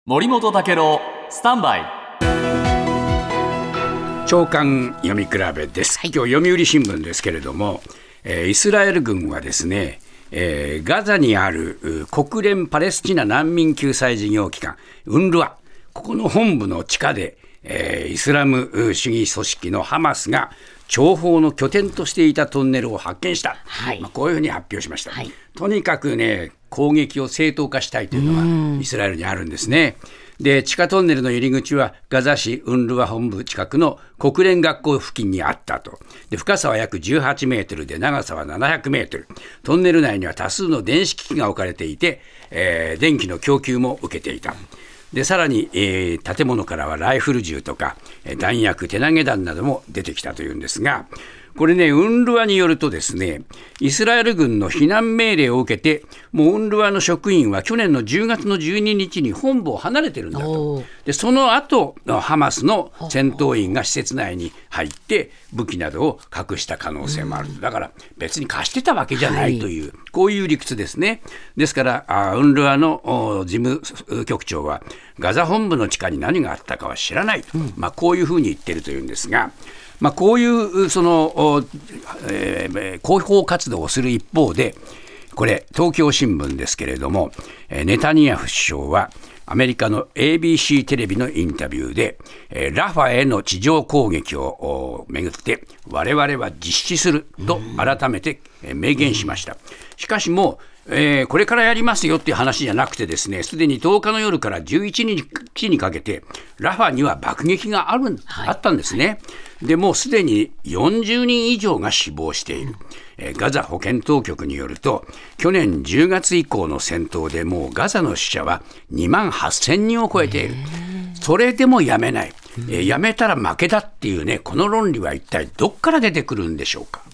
森本武郎スタンバイ朝刊読み比べです、今日読売新聞ですけれども、イスラエル軍はですね、ガザにある国連パレスチナ難民救済事業機関UNRWA、ここの本部の地下で、イスラム主義組織のハマスが諜報の拠点としていたトンネルを発見した、こういうふうに発表しました、とにかくね、攻撃を正当化したいというのがイスラエルにあるんですね。で、地下トンネルの入り口はガザ市UNRWA本部近くの国連学校付近にあったと。で、深さは約18メートルで長さは700メートル。トンネル内には多数の電子機器が置かれていて、電気の供給も受けていた。で、さらに、建物からはライフル銃とか弾薬、手投げ弾なども出てきたというんですが、これね、UNRWAによるとですね、イスラエル軍の避難命令を受けて、もうUNRWAの職員は去年の10月の12日に本部を離れてるんだと。で、その後ハマスの戦闘員が施設内に入って武器などを隠した可能性もある。だから別に貸してたわけじゃないという、こういう理屈ですね。ですからUNRWAの事務局長はガザ本部の地下に何があったかは知らないと、こういうふうに言ってるというんですが、こういうその、広報活動をする一方で、これ東京新聞ですけれども、ネタニヤフ首相はアメリカの ABC テレビのインタビューで、ラファへの地上攻撃をめぐって我々は実施すると改めて明言しました。しかしもうこれからやりますよっていう話じゃなくてですね、すでに10日の夜から11日にかけてラファには爆撃があったんですね。でもうすでに40人以上が死亡している。ガザ保健当局によると、去年10月以降の戦闘でもうガザの死者は2万8000人を超えている。それでもやめない、やめたら負けだっていうね、この論理は一体どっから出てくるんでしょうか。